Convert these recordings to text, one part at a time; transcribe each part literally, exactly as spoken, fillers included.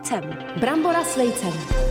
vejcem. Brambora s vejcem.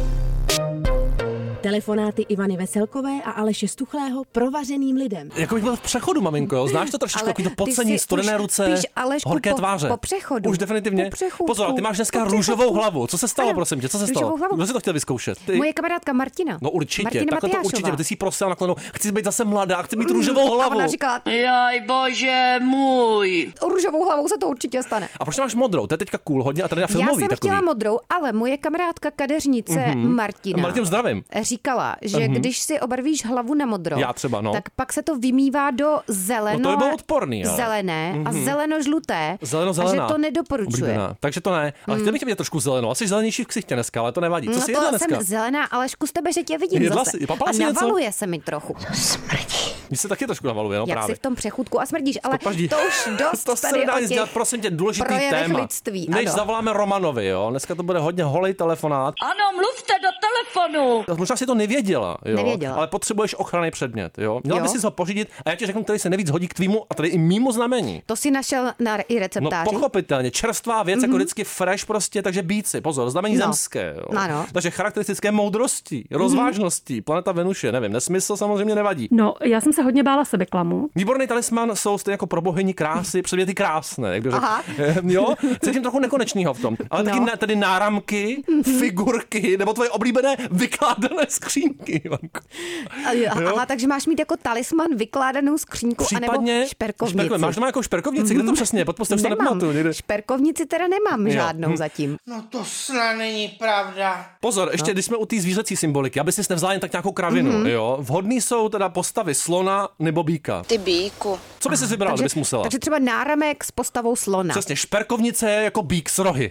Telefonáty Ivany Veselkové a Aleše Stuchlého provařeným lidem. Jako bych byl v přechodu, maminko, jo? Znáš to trošičku, takový to pocení, studené ruce, horké po, tváře. Po přechodu. Už definitivně. Po Pozor, ty máš dneska růžovou hlavu. Co se stalo, ano, prosím tě, co se stalo? Kdo si to chtěl vyzkoušet? Ty? Moje kamarádka Martina. No určitě, Martina takhle to Matyášová. určitě, ty jsi prosila naklonou, chci být zase mladá, chci mít růžovou hlavu. A ona říkala, jaj bože můj. Růžovou hlavou se to určitě stane. A proč máš modrou? To je teďka cool hodně a tady na filmový Já jsem takový. chtěla modrou, ale moje kamarádka kadeřnice mm-hmm. Martina. Martin, zdravím. Říkala, že mm-hmm. když si obarvíš hlavu na modro, já třeba, no. tak pak se to vymývá do zeleno, no to by bylo odporný, ale. zelené mm-hmm. a zeleno-žluté. Zeleno-zelená. A že to nedoporučuje. Oblíbená. Takže to ne. Ale mm. chtěl bych tě vidět trošku zeleno. Asi zelenější v ksichtě dneska, ale to nevadí. Co no jsi jedla dneska? No to jsem zelená, ale z tebe, že tě vidím jedla zase. Si, a navaluje něco? Se mi trochu. Smrdí. Mně se taky trošku navaluje, no jak právě. Jak si v tom přechutku a smrdíš, ale Stopaždí. To už dost to se tady nedá o nic dělat, prosím tě, důležitý téma. Lidství, než ano. zavoláme Romanovi, jo. Dneska to bude hodně holej telefonát. Ano, mluvte do telefonu. Možná si to nevěděla, jo. Nevěděla. Ale potřebuješ ochranný předmět, jo. Měla bys si ho pořídit a já ti řeknu, který se nejvíc hodí k tvýmu a tady i mýmu znamení. To si našel na i receptáři. No pochopitelně, čerstvá věc, mm-hmm. jako vždycky fresh prostě, takže bíci, pozor, znamení no. zemské, jo. Ano. Takže charakteristické moudrosti, rozvážnosti, mm-hmm. planeta Venuše, nevím, nesmysl samozřejmě nevadí. No, já jsem se hodně bála sebeklamu. Výborný talisman jsou stejně jako pro bohyni krásy, předměty krásné, jak bych řekl. Jo, cítím trochu nekonečného v tom. Ale no. taky na, tady náramky, figurky, nebo tvoje oblíbené vykládané skřínky, Ivanko. Aha, takže máš mít jako talisman vykládanou skřínku případně anebo šperkovnici. Šperkové. Máš doma jako šperkovnici? Mm-hmm. Kde to přesně? Pod postel, už to nepamatuju někde. Šperkovnici teda nemám jo. žádnou hm. zatím. No to snad není pravda. Pozor, ještě no. když jsme u té zvířecí symboliky, aby si nevzala jen tak nějakou kravinu, mm-hmm. jo. Vhodný jsou teda postavy slona nebo býka. Ty býku. Co bys si vybrala, kdybys musela? Takže třeba náramek s postavou slona. Přesně, šperkovnice je jako býk s rohy.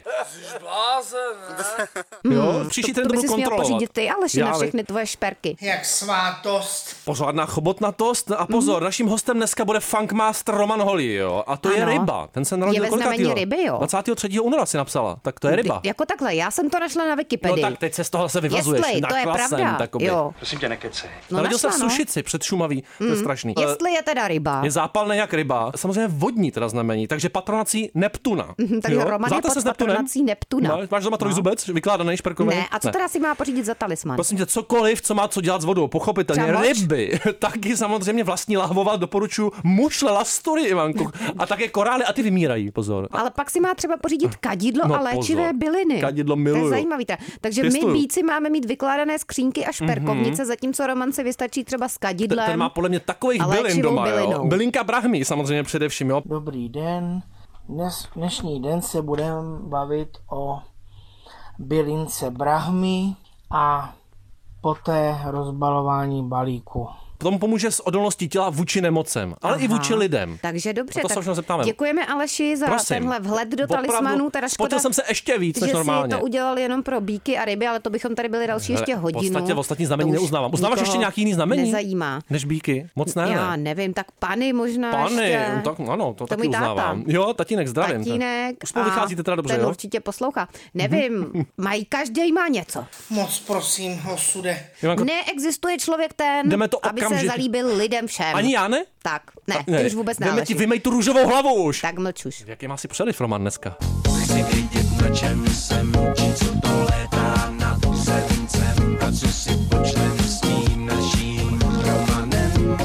Jo, příští ten to budu kontrolovat. To bys měl pořídit ty, Aleši, na všechny tvoje šperky. Jak svátost. Pořádná chobotnatost. A pozor, mm-hmm. naším hostem dneska bude funkmaster Roman Holý, jo. A to ano. je ryba. Ten se narodil kolikátýho? ryby, jo. dvacátého třetího února si napsala. Tak to je ryba. Ty, jako takhle, já jsem to našla na Wikipedii. No tak teď se z toho se vyvazuješ. Jestli to je pravda, takoby. jo. Prosím tě, nekecej. No narodil se v no. Sušici před Šumaví, mm. to je strašný. Jestli je teda ryba. Je zápalné jak ryba. Samozřejmě vodní teda znamení, takže patronací Neptuna. Mm, takže jo? Roman je pod patronací Neptuna. No, máš doma trojzubec, no. vykládaný šperkový? Ne, a co ne. teda si má pořídit za talisman? Prosím tě, cokoliv, co má co dělat s vodou, pochopitelně Třeba ryby, taky samozřejmě vlastní lahvovat, doporučuji mušle, lastury, Ivanko, a také korály a ty vymírají, pozor. Ale pak si má třeba pořídit kadidlo no, a léčivé pozor. byliny. Kadidlo miluju. To je zajímavý. Takže Testuju. my bíci máme mít vykládané skřínky a šperkovnice, mm-hmm. zatímco Roman si vystačí třeba s kadidlem. Ten má podle mě takových bylin doma, jo. Bylinka brahmy samozřejmě především, jo. Dobrý den. Dnes, dnešní den se budeme bavit o bylince brahmy a poté rozbalování balíku. Tomu pomůže s odolností těla vůči nemocem, ale Aha. i vůči lidem. Takže dobře, to tak děkujeme Aleši za Prosím. tenhle vhled do talismanů. Teda škoda, spotil jsem se ještě víc než normálně. Že si to udělal jenom pro býky a ryby, ale to bychom tady byli další ještě hodinu. V podstatě ostatní znamení neuznávám. Uznáváš ještě nějaký jiný znamení? Nezajímá. Než býky? Moc ne. Já nevím, tak pany možná Pany, ještě. tak ano, to, to taky táta. uznávám. Jo, tatínek, zdravím. Tatínek. Už spolu vycházíte teda dobře, ten jo? určitě poslouchá. Nevím, mají každý má něco. Moc prosím, osude. Neexistuje člověk ten, aby se zalíbil lidem všem. Ani já ne? Tak, ne, ne. ty už vůbec ne. Jdeme ti vymej tu růžovou hlavu už. Tak mlč už. Jaký má si přeliv, Roman, dneska? Chci vědět, na čem jsem, či co to létá nad srdcem a co si počnem s tím naším Romanem.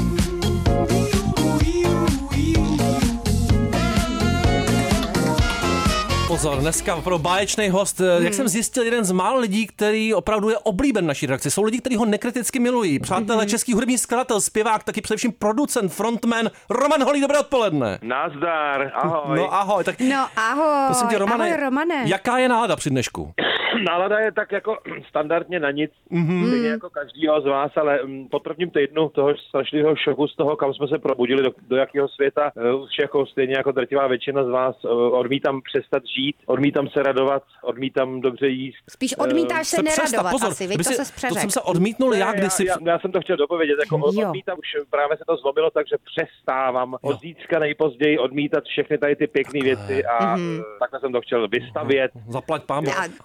Pozor, dneska pro báječný host, hmm. jak jsem zjistil, jeden z mála lidí, který opravdu je oblíben naší redakci. Jsou lidi, kteří ho nekriticky milují. Přátelé, hmm. český hudební skladatel, zpěvák, taky především producent, frontman, Roman Holý, dobré odpoledne. Nazdar, ahoj. No ahoj. Tak, no ahoj, prosím tě, Romane, ahoj Romane. Jaká je nálada při dnešku? Nálada je tak jako standardně na nic, mm-hmm. stejně jako každýho z vás, ale po prvním týdnu toho strašného šoku z toho, kam jsme se probudili, do, do jakého světa, už jako stejně jako drtivá většina z vás, odmítám přestat žít, odmítám se radovat, odmítám dobře jíst. Spíš odmítáš se, se neradovat pozor, asi, víš, to se přeřek. To jsem se odmítnul já, když si... Já, já, já jsem to chtěl dopovědět, jako jo. odmítám, už právě se to zlomilo, takže přestávám jo. od zítřka nejpozději odmítat všechny tady ty pěkné věci a mm-hmm. takhle jsem to chtěl vystavět. Zaplať pán Bůh. A Roman ale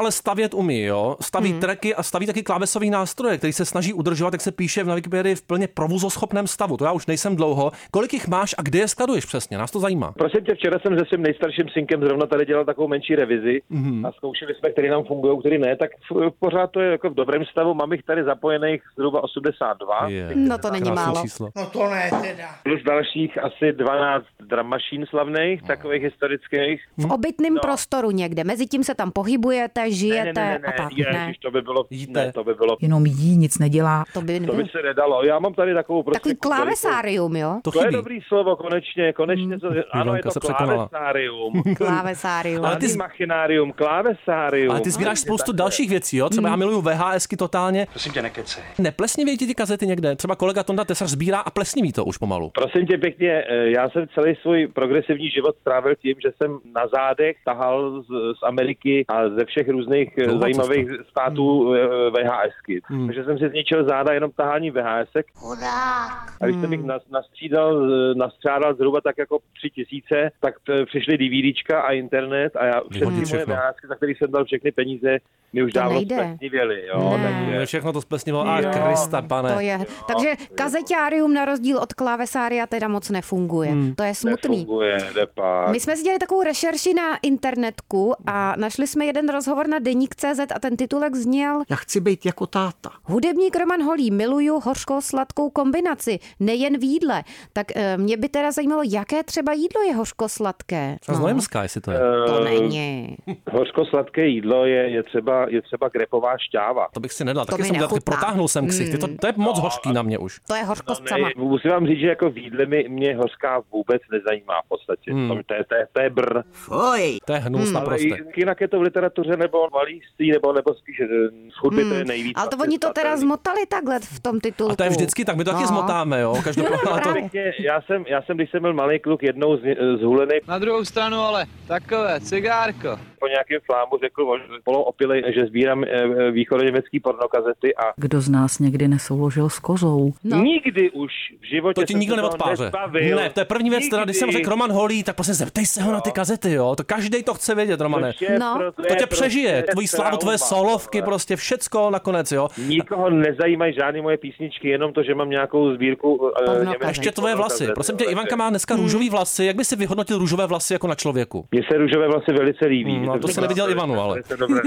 ale stavět umí, jo. Staví hmm. tracky a staví taky klávesový nástroje, který se snaží udržovat, jak se píše v Wikipedii, v plně provozoschopném stavu. To já už nejsem dlouho. Kolik jich máš a kde je skladuješ přesně? Nás to zajímá. Prosím tě, včera jsem se svým nejstarším synkem zrovna tady dělal takovou menší revizi mm-hmm. a zkoušeli jsme, který nám fungují, který ne, tak v, pořád to je jako v dobrém stavu. Mám jich tady zapojených zhruba osmdesát dva. Je, no to není málo. Číslo. No to ne teda. Plus dalších asi dvanáct drum machine slavných, no. takových historických. V obytném no. prostoru někde, mezi tím se tam pohybujete, žijete ne, ne, ne, ne, a tak. Ježiš, ne. to by bylo, ne, to by bylo. Jenom jí, nic nedělá. To by, to by se nedalo. Já mám tady takovou prostě... Takový klávesárium, jo? To, to je dobrý slovo, konečně, konečně. To, ano, je to klávesárium. Klávesárium. Ale ty machinárium, klávesárium. Ale ty sbíráš spoustu dalších věcí, jo? Třeba já miluju VHSky totálně. Prosím tě, nekecej. Neplesnivějí ti ty kazety někde? Třeba kolega Tonda Tesař sbírá a plesniví to už pomalu. Prosím tě pěkně, já jsem celý svůj progresivní život strávil tím, že jsem na zádech tahal z, z Ameriky a ze všech různých Dlouho zajímavých cesta. států hmm. VHSky. Hmm. Takže jsem si zničil záda jenom tahání VHSek. Chudák. A když hmm. jsem jich nas, nastřídal, nastřádal zhruba tak jako tři tisíce, tak přišly DVDčka a internet a já všechny moje VHSky, za který jsem dal všechny peníze, mi už dávno splesnivěly. Jo, takže... Všechno to splesnivalo. A Krista, pane. To je. Takže kazeťárium na rozdíl od klávesária teda moc nefunguje. Hmm. To je smutný. Nefunguje, nepár. My jsme si dělali takovou rešerši na internetku a našli jsme jeden rozhovor na deník tečka cé zet a ten titulek zněl: Já chci být jako táta. Hudebník Roman Holý, miluju hořko-sladkou kombinaci, nejen v jídle. Tak mě by teda zajímalo, jaké třeba jídlo je hořko-sladké. No. Znojemská, jestli to je. To není. Hořko-sladké jídlo je, je, třeba, je třeba grepová šťáva. To bych si nedal. Taky jsem dělal, protáhnul jsem ksich. Mm. To, to je moc no, hořký na mě už. To je hořkost no, sama. Ne, musím vám říct, že jako v jídle mi, mě hořká vůbec nezajímá v podstatě. Hmm. To, to, je, to, je, to je brr. Fuj. To je hnus hmm. naprosto. Ale jinak je to v literatuře nebo malířství, nebo, nebo spíš z hudby hmm. to je nejvíc. Ale to oni to teda zmotali takhle v tom titulku. A to je vždycky tak, my to no. taky zmotáme, jo. Každopádně to... já, jsem, já jsem, když jsem byl malý kluk, jednou zhulený. Na druhou stranu ale takové, cigárko. Po nějakém flámu řekl poloopilej, že sbírám východoněmecký pornokazety a... Kdo z nás někdy nesouložil s kozou? No. Nikdy už v životě. To ti nikdo neodpáře. Ne, to je první věc, teda, když jsem řekl Roman Holý, tak prostě zeptej se ho no. na ty kazety, jo. To každej to chce vědět, Romane. No. To, to tě přežije, tvojí slávu, tvoje solovky, prostě všecko nakonec, jo. Nikoho nezajímají žádný moje písničky, jenom to, že mám nějakou sbírku. A ještě tvoje vlasy. Prosím tě, Ivanka má dneska hmm. růžový vlasy. Jak by si vyhodnotil růžové vlasy jako na člověku? Mně se růžové vlasy velice líbí. Hmm, no, to jsem neviděl Ivanu, ale.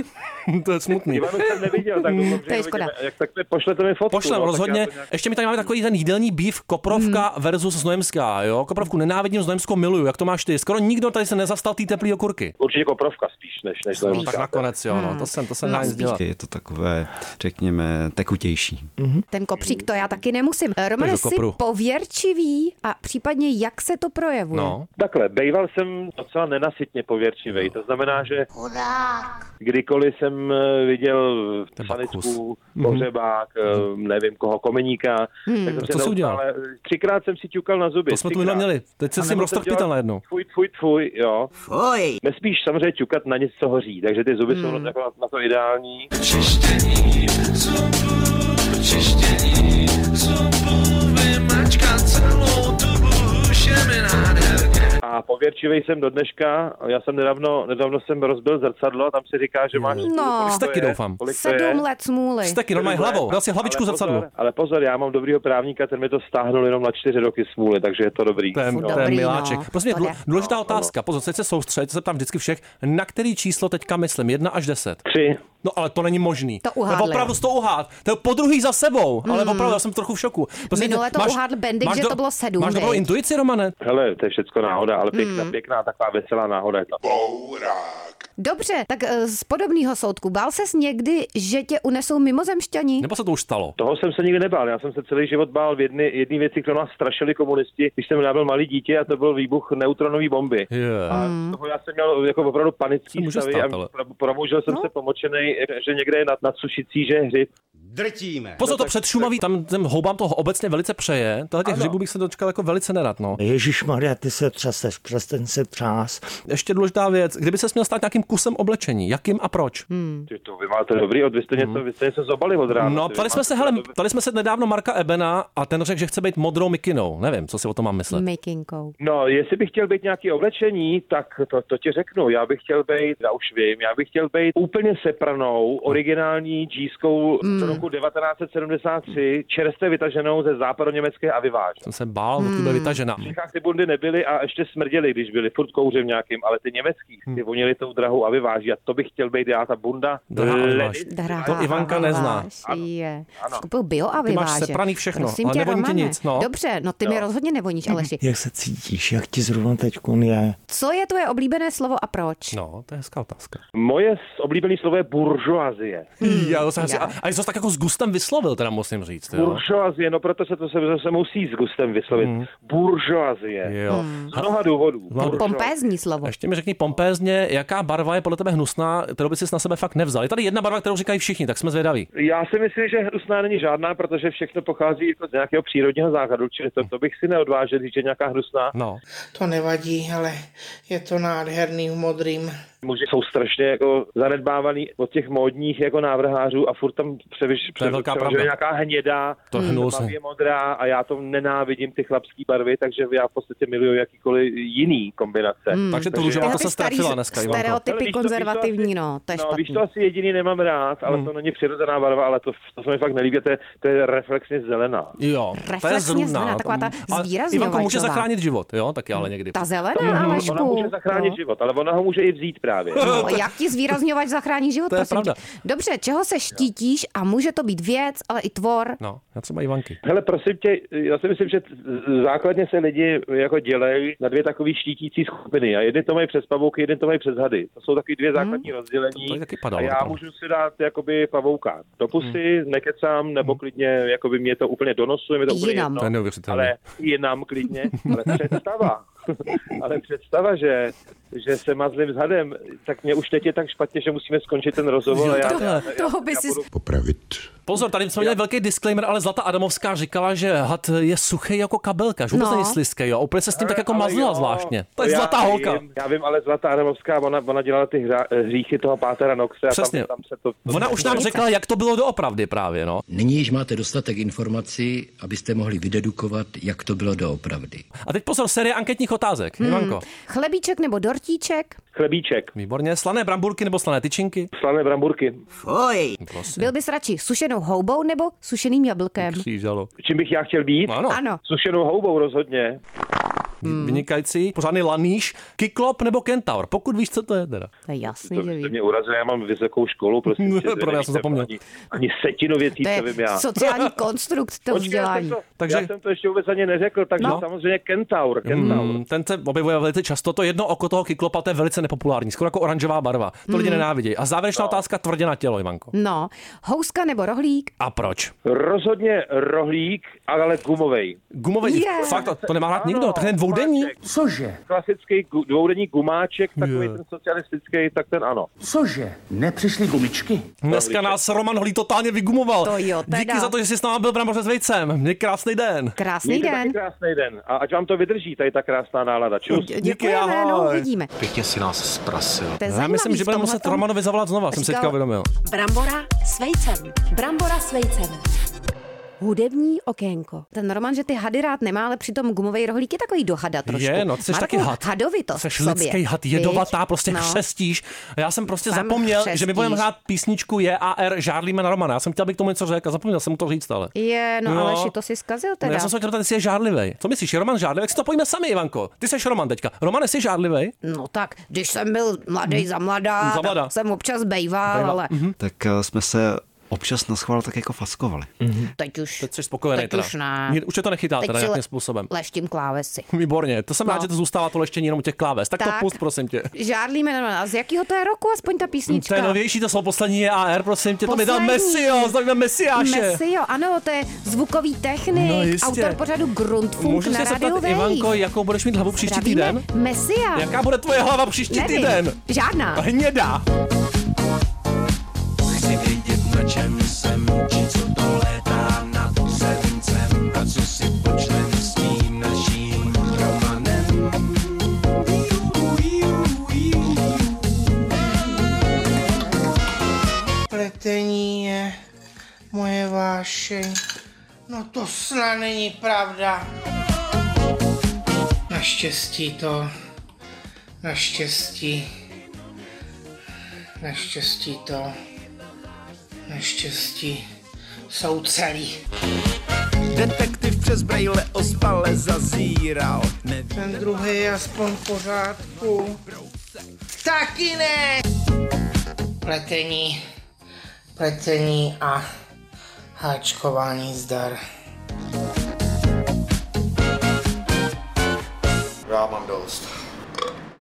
To je smutný. Ivanu jsem neviděl, tak doufám, to je škoda. Jak tak pošlete mi fotku. Pošlem, no, rozhodně. Ještě mi tady máme takový ten jídelní býv Koprovka hmm. versus Znojemská, jo? Koprovku nenávidím, Znojemskou miluju. Jak to máš ty? Skoro nikdo tady se nezastal té teplý okurky. Určitě Koprovka spíš než než Znojemská. Tak nakonec jo, no. To jsem to jsem nájsť dělat. Je to takové, řekněme, tekutější. Mm-hmm. Ten kopřík to já taky nemusím. Romane, jsi pověrčivý a případně jak se to projevuje? No. Takhle, bejval jsem docela nenasytně pověrčivý. To znamená, že kdykoliv jsem viděl sanitku, pohřebák, mm. nevím koho, komeníka, mm. tak jsem co jsi udělal? Třikrát jsem si ťukal na zuby. To jsme tu měli. Teď se s tím roztrh pýtal najednou. Fuj, fuj, fuj, jo. Fuj. Nespíš samozřejmě ťukat na něco, co hoří, takže ty zuby mm. jsou na, na to ideální. Čištění zubu, čištění zubu, vymačkat celou tubu, už je mi nádherně. A pověrčivej jsem do dneška, já jsem nedávno, nedávno jsem rozbil zrcadlo, tam se říká, že máš... No, vzteky doufám. Sedm let smůly. Vzteky, normálně hlavou, dal si hlavičku zrcadlo. Ale pozor, já mám dobrýho právníka, ten mi to stáhnul jenom na čtyři roky smůly, takže je to dobrý. To je, no. to je miláček. No. Prostě důležitá otázka, pozor, teď se soustřeď, se ptám vždycky všech, na který číslo teďka myslím, jedna až deset? Tři. No ale to není možný. To uhádli. Opravdu to uhád. To je po druhý za sebou, mm. ale opravdu já jsem trochu v šoku. Prostě minule to máš, uhádl Bendik, že do, to bylo sedm. Máš dobrou intuici, Romane? Hele, to je všecko náhoda, ale pěkná, mm. pěkná taková veselá náhoda je to. Dobře, tak z podobného soudku. Bál ses někdy, že tě unesou mimozemšťani? Nebo se to už stalo? Toho jsem se nikdy nebál. Já jsem se celý život bál v jedné jedné věci, kterou nás strašili komunisti, když jsem byl malý dítě a to byl výbuch neutronové bomby. Yeah. A z toho já jsem měl jako opravdu panický stavy a promoužil jsem no. se pomočenej, že někde je nad, nad Sušicí, že je hřib. drtíme. Pozor, to před Šumaví, tam těm houbám toho obecně velice přeje. Tohle těch hřibů bych se dočkal jako velice nerad, no. Ježišmarja, ty se třaseš, přes ten se třás. Ještě důležitá věc, kdyby se směl stát nějakým kusem oblečení, jakým a proč? Hmm. Ty to vy máte dobrý od, vy jste něco, vy jste něco zobali od rána. No, ptali jsme se, hele, ptali jsme se nedávno Marka Ebena a ten řekl, že chce být modrou mikinou. Nevím, co si o tom mám myslet. Mikinkou. No, jestli bych chtěl být nějaký oblečení, tak to, to ti řeknu. Já bych chtěl být, já už vím, já bych chtěl být úplně sepranou, originální džískou z roku devatenáct set sedmdesát tři, čerstvě vytaženou ze západoněmecké Aviváž. Jsem se bál, hmm. bude vytažená. V Čechách ty bundy nebyly a ještě smrděly, když byly furt kouřem nějakým, ale ty německý, ty vonily tou drahou Aviváží a to bych chtěl být já, ta bunda. Drahá to Ivanka nezná. Je. Skupuju bio-aviváže. Ty máš sepraný všechno, prosím ale tě, nevoní ti Romane. nic. No. Dobře, no ty mi rozhodně nevoníš, Aleši. Jak se cítíš, jak ti zrovna teďkon je? Co je tvoje oblíbené slovo a proč? No, to je hezká otázka. Moje oblíbené slovo je buržoazie. Hmm, já to jsem si, a, a jsi to tak jako s gustem vyslovil, teda musím říct. Jo? Buržoazie, no proto se to se, se musí s gustem vyslovit. Hmm. Buržoazie. Jo. Z mnoha důvodů. No, pompézní slovo. Ještě mi řekni pompézně, jaká barva je podle tebe hnusná, kterou by si na sebe fakt nevzal. Je tady jedna barva, kterou říkají všichni, tak jsme zvědaví. Já si myslím, že hnusná není žádná, protože všechno pochází jako z nějakého přírodního základu, čili to, to bych si neodvážil říct, že nějaká hnusná. No. To nevadí, ale je to nádherný v modrým. Muži jsou strašně jako zanedbávaný od těch módních jako návrhářů a furt tam převyš, převyšuje nějaká hnědá, tmavě modrá a já to nenávidím ty chlapský barvy, takže já v podstatě miluju jakýkoliv jiný kombinace. Hmm. Takže to růžová to se ztrafila dneska, Ivanko. Stereotypy hele, konzervativní, no, to je no, špatný. Víš, to asi jediný nemám rád, ale hmm. to není přirozená barva, ale to, to se mi fakt nelíbí, to je, to je reflexně zelená. Jo, reflexně to je zelená, taková ta zvýrazňovačová. Ivanko může zachránit život, jo, taky ale někdy. Ta zelená, Alešku. Ona může zachránit život, ale ona ho může i vzít právě. No, jak ti zvýrazňovač zachrání život, to je prosím pravda. tě. Dobře, čeho se štítíš a může to být věc, ale i tvor. No, já třeba Ivanky. Hele, prosím tě, já si myslím, že základně se lidi jako dělají na dvě takové štítící skupiny. A jeden to mají přes pavouky, jeden to mají přes hady. To jsou taky dvě základní hmm. rozdělení. To taky padalo, a já tam. můžu si dát jakoby pavouka do pusy, hmm. nekecám, nebo klidně jakoby mě to úplně donosuje, mě to úplně jinam. jedno, ale jinam klidně, ale představa. Ale představa, že, že se mazlím s hadem, tak mě už teď je tak špatně, že musíme skončit ten rozhovor. Já, to, já, toho by já si... budu... Popravit. Pozor, tady jsme měli velký disclaimer, ale Zlata Adamovská říkala, že had je suchý jako kabelka, že vůbec no. není slizký, jo. Úplně se s tím tak jako ale mazlila jo, zvláštně. To je já zlatá vím, holka. Já vím, ale Zlatá Adamovská, ona, ona dělala ty hra, hříchy toho pátera Noxe. Přesně. A tam, tam se to, to ona už nám řekla, jak to bylo doopravdy právě, no. Nyní již máte dostatek informací, abyste mohli vydedukovat, jak to bylo doopravdy. A teď pozor, série anketních otázek. Hmm. Ivanko. Chlebíček nebo dortíček? Chlebíček. Výborně. Slané bramburky nebo slané tyčinky? Slané bramburky. Fuj. Byl bys radši sušenou houbou nebo sušeným jablkem? Křížalo. Čím bych já chtěl být? Ano. Ano. Sušenou houbou rozhodně. Hmm. Vynikající. Pořádný laníš. Kyklop nebo kentaur? Pokud víš, co to je teda. To je jasný, to že jste víš. mě urazil, já mám vysokou školu, prosím. Pro já jsem zapomněl. Ani, ani setinu věcí, co vím já. Sociální konstrukt to vzdělání. Takže... Já jsem to ještě vůbec ani neřekl, takže no. samozřejmě kentaur. kentaur. Hmm, ten se objevuje velice často. To jedno oko toho kyklopa, to je velice nepopulární. Skoro jako oranžová barva. To lidi nenávidí. A závěrečná no. otázka tvrdě na tělo, Ivanko. No, houska nebo rohlík? A proč? Rozhodně rohlík, ale gumovej. Gumovej? Yeah. Fakt, to, to nemá rád nikdo. Tak ten dvoudenní? Cože? Klasický gu, dvoudenní gumáček, takový yeah. ten socialistický, tak ten ano. Cože? Nepřišly gumičky? Dneska nás Roman Holý totálně vygumoval. To jo, teda. Díky za to, že jsi s námi byl bramboře s vejcem. Měj krásný den. Krásný Mějte den. krásný den. A ať vám to vydrží, tady ta krásná nálada. Čus. Děkujeme, no, uvidíme. Pěkně si nás zprasil. Já myslím, že budeme muset Romanovi zavolat znova, jsem si teďka uvědomil. Brambora s vejcem. Brambora s vejcem. Hudební okénko. Ten Roman, že ty hady rád nemá, ale přitom gumový rohlík je takový do hada trošku. Je, no, ty jsi Marku, taky had. Hadovitost Seš v sobě. lidský had, jedovatá, Víč? prostě no. chřestíš. Já jsem prostě Tam zapomněl, chřestíš. že my budeme hrát písničku J A R Žárlíme na Romana. Já jsem chtěl, abych k tomu něco řekl a zapomněl jsem mu to říct, ale. Je, no, No. ale to si zkazil teda. No, já jsem se chtěl, jestli je žárlivý. Co myslíš, je Roman žárlivý? Jak si to pojďme sami, Ivanko. Ty seš Roman teďka. Roman, jsi žárlivý? No tak, když jsem byl mladý za mladá, Za mladá. tak jsem občas bejval, Bejval. ale Mhm. Tak uh, jsme se občas na schvál tak jako faskovali. teď už, Teď jsi spokojený teď teda. už ne. Mě- Už je to nechytá Teď teda si nějakým le- způsobem. leštím klávesy. Výborně, to jsem No. rád, že to zůstává to leštění jenom u těch kláves. Tak, to Tak. pust, prosím tě. Žárlíme na. A z jakého to je roku aspoň ta písnička? To je novější, to jsou poslední J A R, prosím tě, to mi dal Poslední. Messio, zdravíme Messiáše. Messio, ano, to je zvukový technik, No jistě. autor pořadu Grundfunk Můžu na se Radio zeptat, Wave. Ivanko, jakou budeš mít hlavu příští Zdravíme týden? Messia. Jaká bude tvoje hlava příští Nevím. týden? Žádná. Hnědá. Chci vědět, na čem jsem, či co moje vášeň. No to snad není pravda. Naštěstí to, naštěstí, naštěstí to, naštěstí jsou celý. Detektiv přes brejle ospale zazíral. Ten druhý je aspoň v pořádku. Taky ne! Pletení, pletení a háčkování zdar. Já mám dost.